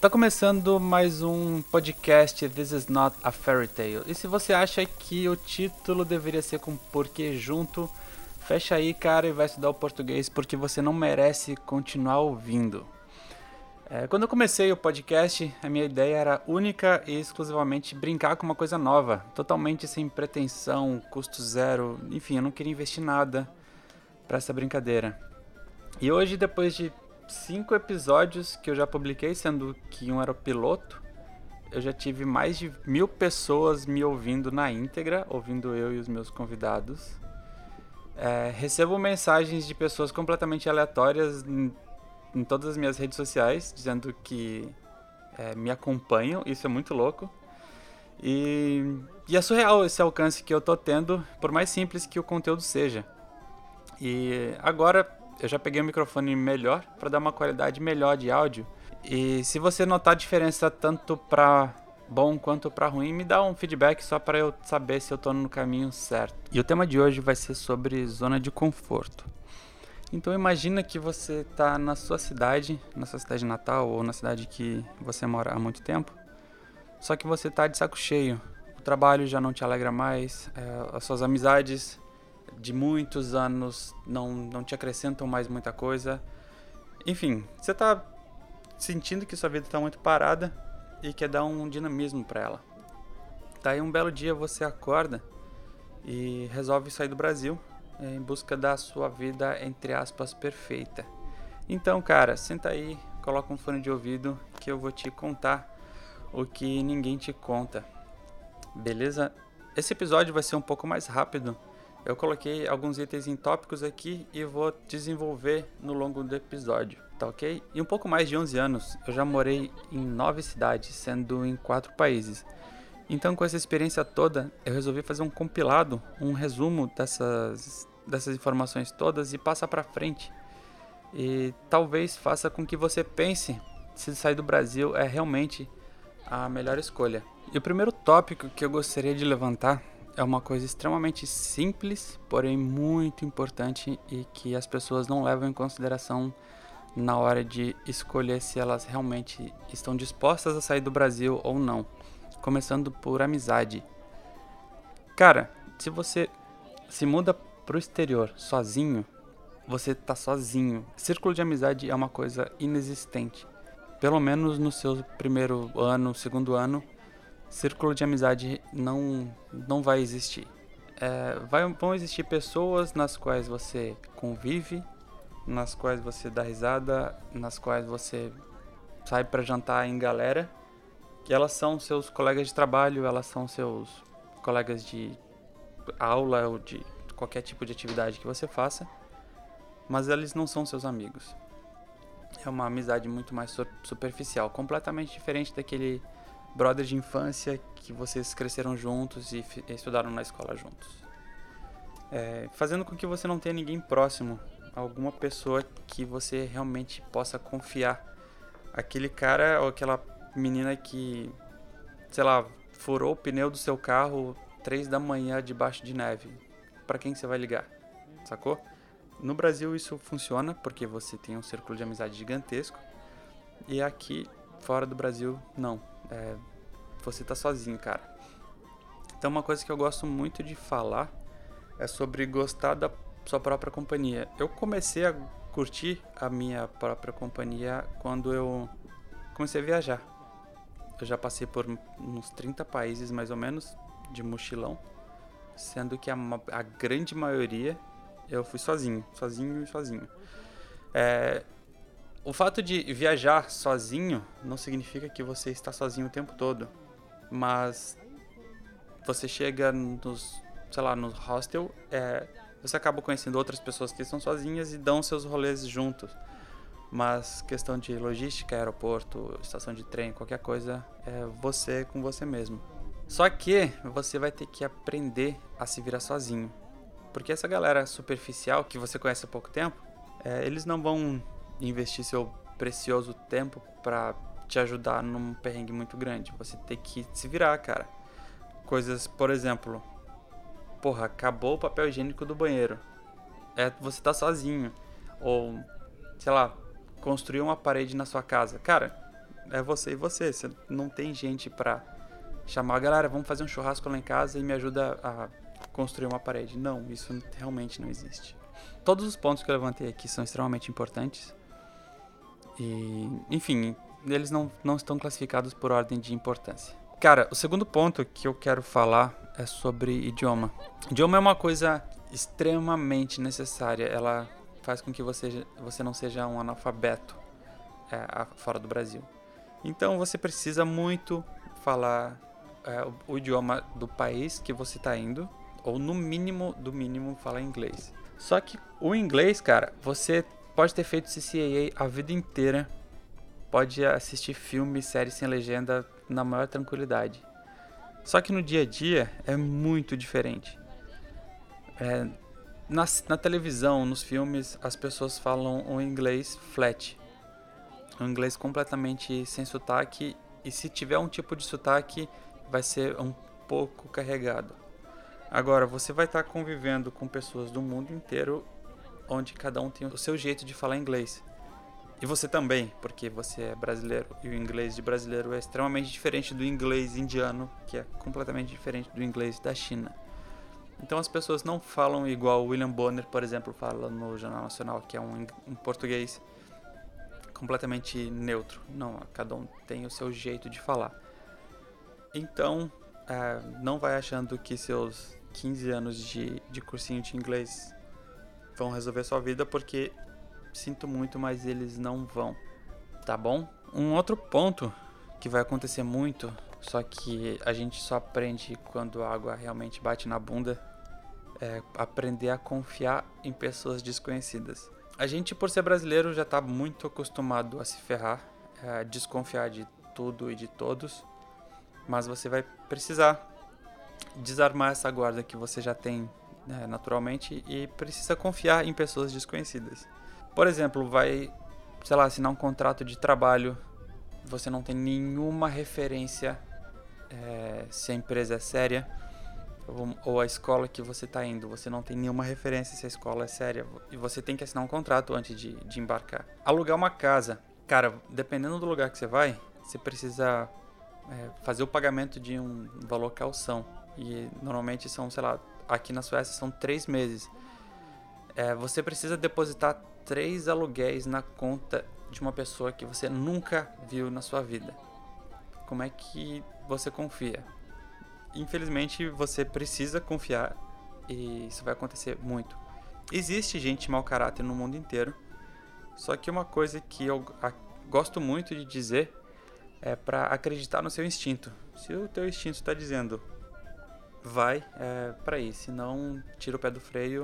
Tá começando mais um podcast This is not a Fairy Tale. E se você acha que o título deveria ser com porquê junto, fecha aí, cara, e vai estudar o português porque você não merece continuar ouvindo. Quando eu comecei o podcast, a minha ideia era única e exclusivamente brincar com uma coisa nova, totalmente sem pretensão, custo zero, enfim, eu não queria investir nada para essa brincadeira. E hoje, depois de 5 episódios que eu já publiquei, sendo que um era o piloto, eu já tive mais de 1000 pessoas me ouvindo na íntegra, ouvindo eu e os meus convidados. Recebo mensagens de pessoas completamente aleatórias em todas as minhas redes sociais, dizendo que me acompanham, isso é muito louco. E é surreal esse alcance que eu tô tendo, por mais simples que o conteúdo seja. E agora eu já peguei um microfone melhor para dar uma qualidade melhor de áudio. E se você notar a diferença tanto para bom quanto para ruim, me dá um feedback só para eu saber se eu tô no caminho certo. E o tema de hoje vai ser sobre zona de conforto. Então imagina que você tá na sua cidade natal ou na cidade que você mora há muito tempo, só que você tá de saco cheio. O trabalho já não te alegra mais, as suas amizades de muitos anos não te acrescentam mais muita coisa. Enfim, você tá sentindo que sua vida tá muito parada e quer dar um dinamismo para ela. Daí um belo dia você acorda e resolve sair do Brasil em busca da sua vida, entre aspas, perfeita. Então, cara, senta aí, coloca um fone de ouvido que eu vou te contar o que ninguém te conta. Beleza? Esse episódio vai ser um pouco mais rápido. Eu coloquei alguns itens em tópicos aqui e vou desenvolver no longo do episódio, tá ok? Em um pouco mais de 11 anos, eu já morei em 9 cidades, sendo em 4 países. Então, com essa experiência toda, eu resolvi fazer um compilado, um resumo dessas informações todas e passar pra frente. E talvez faça com que você pense se sair do Brasil é realmente a melhor escolha. E o primeiro tópico que eu gostaria de levantar é uma coisa extremamente simples, porém muito importante e que as pessoas não levam em consideração na hora de escolher se elas realmente estão dispostas a sair do Brasil ou não. Começando por amizade. Cara, se você se muda pro exterior sozinho, você tá sozinho. Círculo de amizade é uma coisa inexistente. Pelo menos no seu primeiro ano, segundo ano, círculo de amizade não vai existir. Vão existir pessoas nas quais você convive, nas quais você dá risada, nas quais você sai pra jantar em galera, que elas são seus colegas de trabalho, elas são seus colegas de aula ou de qualquer tipo de atividade que você faça, mas eles não são seus amigos. É uma amizade muito mais superficial, completamente diferente daquele brother de infância que vocês cresceram juntos e estudaram na escola juntos. Fazendo com que você não tenha ninguém próximo, alguma pessoa que você realmente possa confiar. Aquele cara ou aquela menina que, sei lá, furou o pneu do seu carro 3 da manhã debaixo de neve. Pra quem você vai ligar? Sacou? No Brasil isso funciona porque você tem um círculo de amizade gigantesco. E aqui, fora do Brasil, não. Você tá sozinho, cara. Então uma coisa que eu gosto muito de falar é sobre gostar da sua própria companhia. Eu comecei a curtir a minha própria companhia quando eu comecei a viajar. Eu já passei por uns 30 países mais ou menos de mochilão, sendo que a grande maioria eu fui sozinho. O fato de viajar sozinho não significa que você está sozinho o tempo todo, mas você chega no hostel, você acaba conhecendo outras pessoas que estão sozinhas e dão seus rolês juntos. Mas questão de logística, aeroporto, estação de trem, qualquer coisa, é você com você mesmo. Só que você vai ter que aprender a se virar sozinho. Porque essa galera superficial que você conhece há pouco tempo, eles não vão investir seu precioso tempo pra te ajudar num perrengue muito grande. Você tem que se virar, cara. Coisas, por exemplo, acabou o papel higiênico do banheiro. Você tá sozinho. Ou, sei lá, construir uma parede na sua casa. Cara, é você e você. Você não tem gente pra chamar a galera, vamos fazer um churrasco lá em casa e me ajuda a construir uma parede. Não, isso realmente não existe. Todos os pontos que eu levantei aqui são extremamente importantes. E, enfim, eles não estão classificados por ordem de importância. Cara, o segundo ponto que eu quero falar é sobre idioma. Idioma é uma coisa extremamente necessária. Ela faz com que você não seja um analfabeto fora do Brasil. Então você precisa muito falar o idioma do país que você está indo, ou no mínimo do mínimo falar inglês. Só que o inglês, cara, você pode ter feito CCAA a vida inteira, pode assistir filme, série sem legenda na maior tranquilidade. Só que no dia a dia é muito diferente. Na televisão, nos filmes, as pessoas falam o inglês flat. Um inglês completamente sem sotaque, e se tiver um tipo de sotaque, vai ser um pouco carregado. Agora, você vai estar convivendo com pessoas do mundo inteiro, onde cada um tem o seu jeito de falar inglês. E você também, porque você é brasileiro, e o inglês de brasileiro é extremamente diferente do inglês indiano, que é completamente diferente do inglês da China. Então as pessoas não falam igual o William Bonner, por exemplo, fala no Jornal Nacional, que é um português completamente neutro. Não, cada um tem o seu jeito de falar. Então, não vai achando que seus 15 anos de cursinho de inglês vão resolver sua vida, porque sinto muito, mas eles não vão, tá bom? Um outro ponto que vai acontecer muito, só que a gente só aprende quando a água realmente bate na bunda, é aprender a confiar em pessoas desconhecidas. A gente, por ser brasileiro, já está muito acostumado a se ferrar, a desconfiar de tudo e de todos, mas você vai precisar desarmar essa guarda que você já tem naturalmente e precisa confiar em pessoas desconhecidas. Por exemplo, vai, sei lá, assinar um contrato de trabalho, você não tem nenhuma referência se a empresa é séria, ou a escola que você está indo, você não tem nenhuma referência se a escola é séria, e você tem que assinar um contrato antes de embarcar. Alugar uma casa, cara, dependendo do lugar que você vai, você precisa fazer o pagamento de um valor calção, e normalmente são, sei lá, aqui na Suécia são 3 meses. Você precisa depositar 3 aluguéis na conta de uma pessoa que você nunca viu na sua vida. Como é que você confia? Infelizmente, você precisa confiar, e isso vai acontecer muito. Existe gente mau caráter no mundo inteiro, só que uma coisa que eu gosto muito de dizer é para acreditar no seu instinto. Se o teu instinto está dizendo vai, para ir, se não, tira o pé do freio,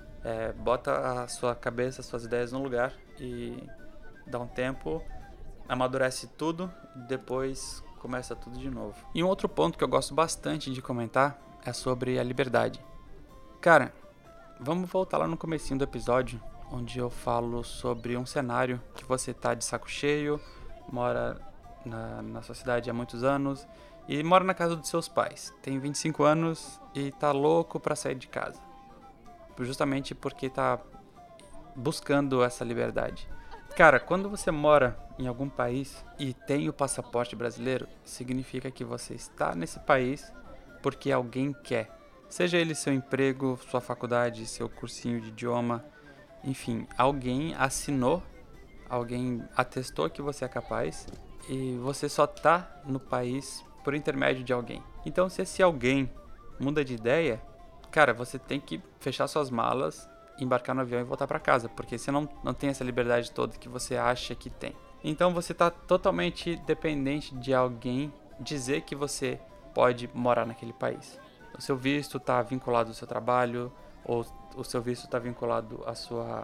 bota a sua cabeça, as suas ideias no lugar e dá um tempo, amadurece tudo, depois começa tudo de novo. E um outro ponto que eu gosto bastante de comentar é sobre a liberdade. Cara, vamos voltar lá no comecinho do episódio, onde eu falo sobre um cenário que você tá de saco cheio, mora na sua cidade há muitos anos e mora na casa dos seus pais. Tem 25 anos e tá louco pra sair de casa. Justamente porque tá buscando essa liberdade. Cara, quando você mora em algum país e tem o passaporte brasileiro, significa que você está nesse país porque alguém quer. Seja ele seu emprego, sua faculdade, seu cursinho de idioma, enfim, alguém assinou, alguém atestou que você é capaz e você só tá no país por intermédio de alguém. Então, se esse alguém muda de ideia, cara, você tem que fechar suas malas, embarcar no avião e voltar para casa, porque você não tem essa liberdade toda que você acha que tem. Então você está totalmente dependente de alguém dizer que você pode morar naquele país. O seu visto está vinculado ao seu trabalho, ou o seu visto está vinculado ao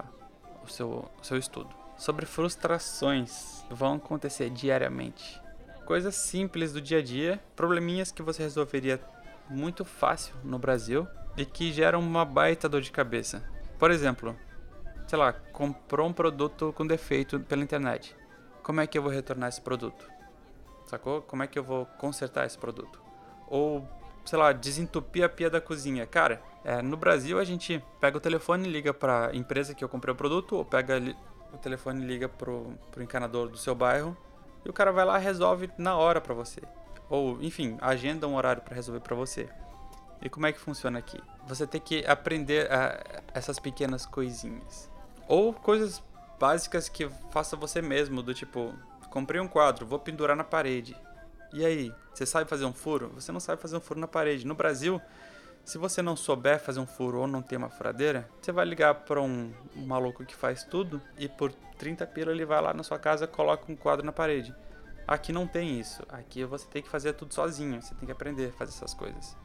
seu estudo. Sobre frustrações, vão acontecer diariamente. Coisas simples do dia a dia, probleminhas que você resolveria muito fácil no Brasil e que geram uma baita dor de cabeça. Por exemplo, sei lá, comprou um produto com defeito pela internet. Como é que eu vou retornar esse produto? Sacou? Como é que eu vou consertar esse produto? Ou, sei lá, desentupir a pia da cozinha. Cara, no Brasil a gente pega o telefone e liga pra empresa que eu comprei o produto, ou pega o telefone e liga pro encanador do seu bairro e o cara vai lá e resolve na hora pra você. Ou, enfim, agenda um horário pra resolver pra você. E como é que funciona aqui? Você tem que aprender essas pequenas coisinhas. Ou coisas básicas que faça você mesmo, do tipo, comprei um quadro, vou pendurar na parede. E aí, você sabe fazer um furo? Você não sabe fazer um furo na parede. No Brasil, se você não souber fazer um furo ou não ter uma furadeira, você vai ligar para um maluco que faz tudo e por 30 pila ele vai lá na sua casa e coloca um quadro na parede. Aqui não tem isso. Aqui você tem que fazer tudo sozinho. Você tem que aprender a fazer essas coisas.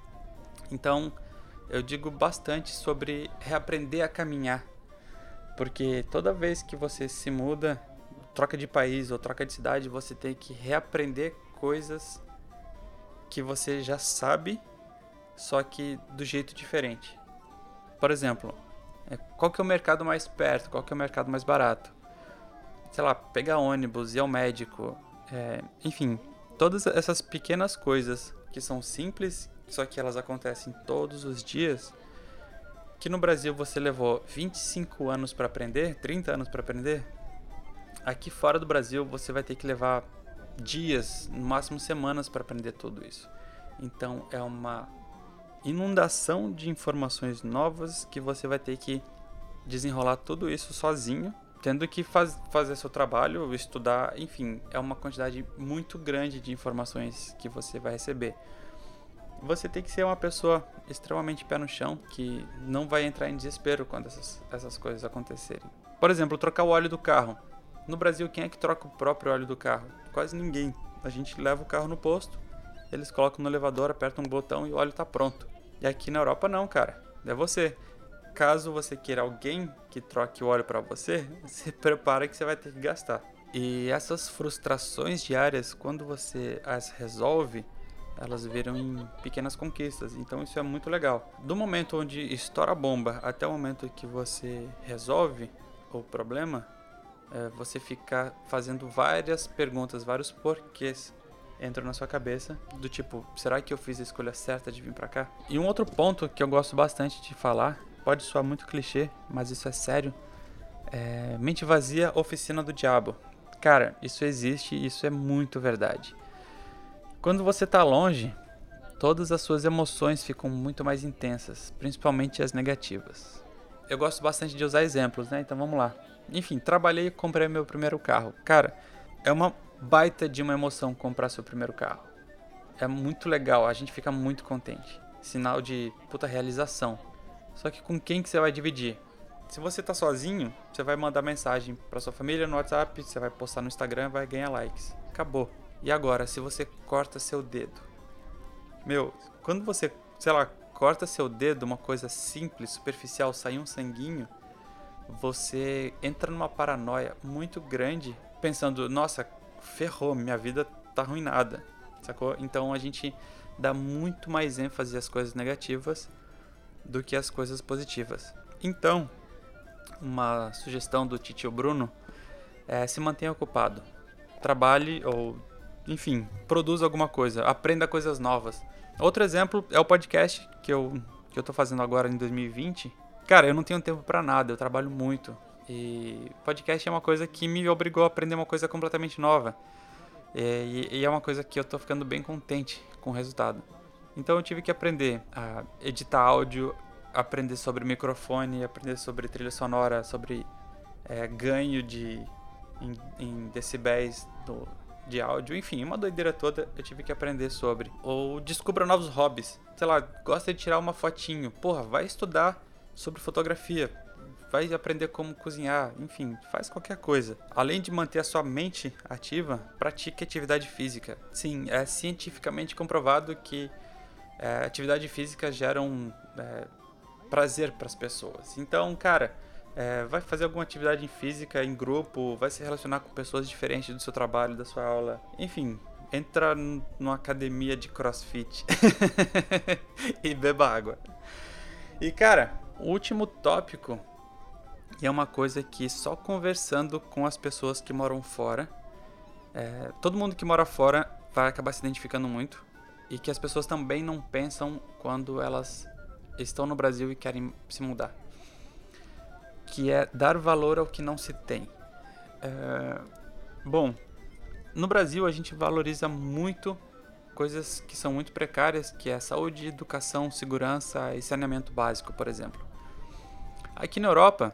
Então, eu digo bastante sobre reaprender a caminhar. Porque toda vez que você se muda, troca de país ou troca de cidade, você tem que reaprender coisas que você já sabe, só que do jeito diferente. Por exemplo, qual que é o mercado mais perto? Qual que é o mercado mais barato? Sei lá, pegar ônibus, ir ao médico, enfim, todas essas pequenas coisas que são simples, só que elas acontecem todos os dias, que no Brasil você levou 25 anos para aprender, 30 anos para aprender, aqui fora do Brasil você vai ter que levar dias, no máximo semanas para aprender tudo isso. Então é uma inundação de informações novas que você vai ter que desenrolar tudo isso sozinho, tendo que fazer seu trabalho, estudar, enfim, é uma quantidade muito grande de informações que você vai receber. Você tem que ser uma pessoa extremamente pé no chão, que não vai entrar em desespero quando essas coisas acontecerem. Por exemplo, trocar o óleo do carro. No Brasil, quem é que troca o próprio óleo do carro? Quase ninguém. A gente leva o carro no posto, eles colocam no elevador, apertam um botão e o óleo está pronto. E aqui na Europa não, cara. É você. Caso você queira alguém que troque o óleo para você, se prepara que você vai ter que gastar. E essas frustrações diárias, quando você as resolve, elas viram em pequenas conquistas. Então isso é muito legal. Do momento onde estoura a bomba até o momento que você resolve o problema, você fica fazendo várias perguntas, vários porquês entram na sua cabeça, do tipo, será que eu fiz a escolha certa de vir pra cá? E um outro ponto que eu gosto bastante de falar, pode soar muito clichê, mas isso é sério, mente vazia, oficina do diabo. Cara, isso existe e isso é muito verdade. Quando você tá longe, todas as suas emoções ficam muito mais intensas, principalmente as negativas. Eu gosto bastante de usar exemplos, né? Então vamos lá. Enfim, trabalhei e comprei meu primeiro carro. Cara, é uma baita de uma emoção comprar seu primeiro carro. É muito legal, a gente fica muito contente. Sinal de puta realização. Só que com quem que você vai dividir? Se você tá sozinho, você vai mandar mensagem pra sua família no WhatsApp, você vai postar no Instagram, vai ganhar likes. Acabou. E agora, se você corta seu dedo? Meu, quando você, sei lá, corta seu dedo, uma coisa simples, superficial, sai um sanguinho, você entra numa paranoia muito grande, pensando, nossa, ferrou, minha vida tá arruinada, sacou? Então a gente dá muito mais ênfase às coisas negativas do que às coisas positivas. Então, uma sugestão do titio Bruno é se mantenha ocupado. Trabalhe ou, enfim, produza alguma coisa, aprenda coisas novas. Outro exemplo é o podcast que eu tô fazendo agora em 2020. Cara, eu não tenho tempo pra nada, eu trabalho muito. E podcast é uma coisa que me obrigou a aprender uma coisa completamente nova. E é uma coisa que eu tô ficando bem contente com o resultado. Então eu tive que aprender a editar áudio, aprender sobre microfone, aprender sobre trilha sonora, sobre ganho em decibéis de áudio. Enfim, uma doideira toda eu tive que aprender sobre. Ou descubra novos hobbies. Sei lá, gosta de tirar uma fotinho. Porra, vai estudar sobre fotografia. Vai aprender como cozinhar, enfim, faz qualquer coisa. Além de manter a sua mente ativa, pratique atividade física. Sim, é cientificamente comprovado que atividade física gera prazer para as pessoas. Então, cara, vai fazer alguma atividade física em grupo, vai se relacionar com pessoas diferentes do seu trabalho, da sua aula. Enfim, entra numa academia de CrossFit e beba água. E, cara, o último tópico é uma coisa que só conversando com as pessoas que moram fora, todo mundo que mora fora vai acabar se identificando muito, e que as pessoas também não pensam quando elas estão no Brasil e querem se mudar, que é dar valor ao que não se tem. Bom, No Brasil a gente valoriza muito coisas que são muito precárias, que é saúde, educação, segurança e saneamento básico, por exemplo. Aqui na Europa,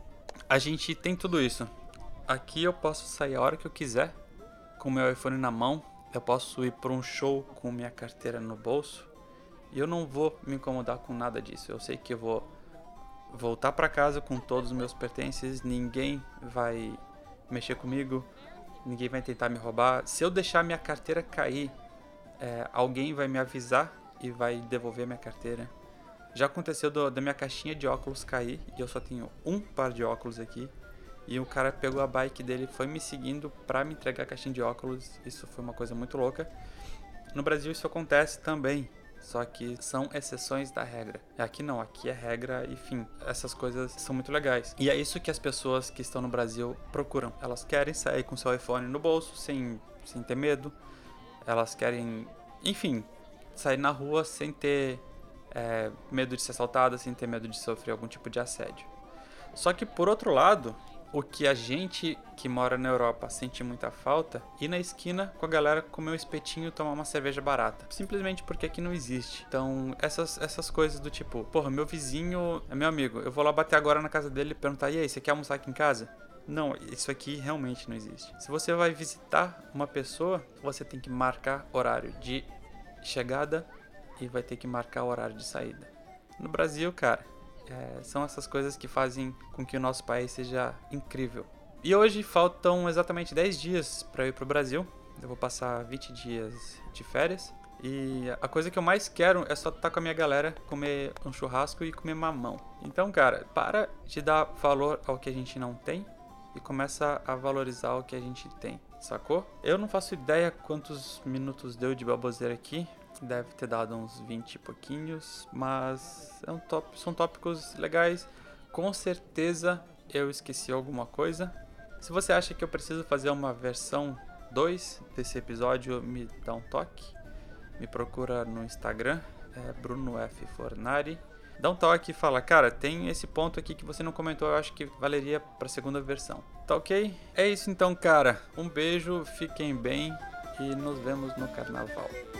a gente tem tudo isso. Aqui eu posso sair a hora que eu quiser, com meu iPhone na mão, eu posso ir para um show com minha carteira no bolso, e eu não vou me incomodar com nada disso. Eu sei que eu vou voltar para casa com todos os meus pertences, ninguém vai mexer comigo, ninguém vai tentar me roubar. Se eu deixar minha carteira cair, alguém vai me avisar e vai devolver minha carteira. Já aconteceu da minha caixinha de óculos cair e eu só tenho um par de óculos aqui. E o cara pegou a bike dele e foi me seguindo pra me entregar a caixinha de óculos. Isso foi uma coisa muito louca. No Brasil isso acontece também, só que são exceções da regra. Aqui não, aqui é regra e enfim, essas coisas são muito legais. E é isso que as pessoas que estão no Brasil procuram. Elas querem sair com seu iPhone no bolso sem ter medo. Elas querem, enfim, sair na rua sem ter medo de ser assaltada, sem ter medo de sofrer algum tipo de assédio. Só que por outro lado, o que a gente que mora na Europa sente muita falta, ir na esquina com a galera comer um espetinho e tomar uma cerveja barata. Simplesmente porque aqui não existe. Então, essas coisas do tipo, porra, meu vizinho é meu amigo, eu vou lá bater agora na casa dele e perguntar, e aí, você quer almoçar aqui em casa? Não, isso aqui realmente não existe. Se você vai visitar uma pessoa, você tem que marcar horário de chegada e vai ter que marcar horário de saída. No Brasil, cara, são essas coisas que fazem com que o nosso país seja incrível. E hoje faltam exatamente 10 dias para eu ir pro Brasil. Eu vou passar 20 dias de férias. E a coisa que eu mais quero é só estar com a minha galera, comer um churrasco e comer mamão. Então, cara, para de dar valor ao que a gente não tem e começa a valorizar o que a gente tem, sacou? Eu não faço ideia quantos minutos deu de baboseira aqui. Deve ter dado uns 20 e pouquinhos, mas são tópicos legais. Com certeza eu esqueci alguma coisa. Se você acha que eu preciso fazer uma versão 2 desse episódio, me dá um toque. Me procura no Instagram, Bruno F. Fornari. Dá um toque e fala, cara, tem esse ponto aqui que você não comentou, eu acho que valeria para a segunda versão. Tá ok? É isso então, cara. Um beijo, fiquem bem e nos vemos no carnaval.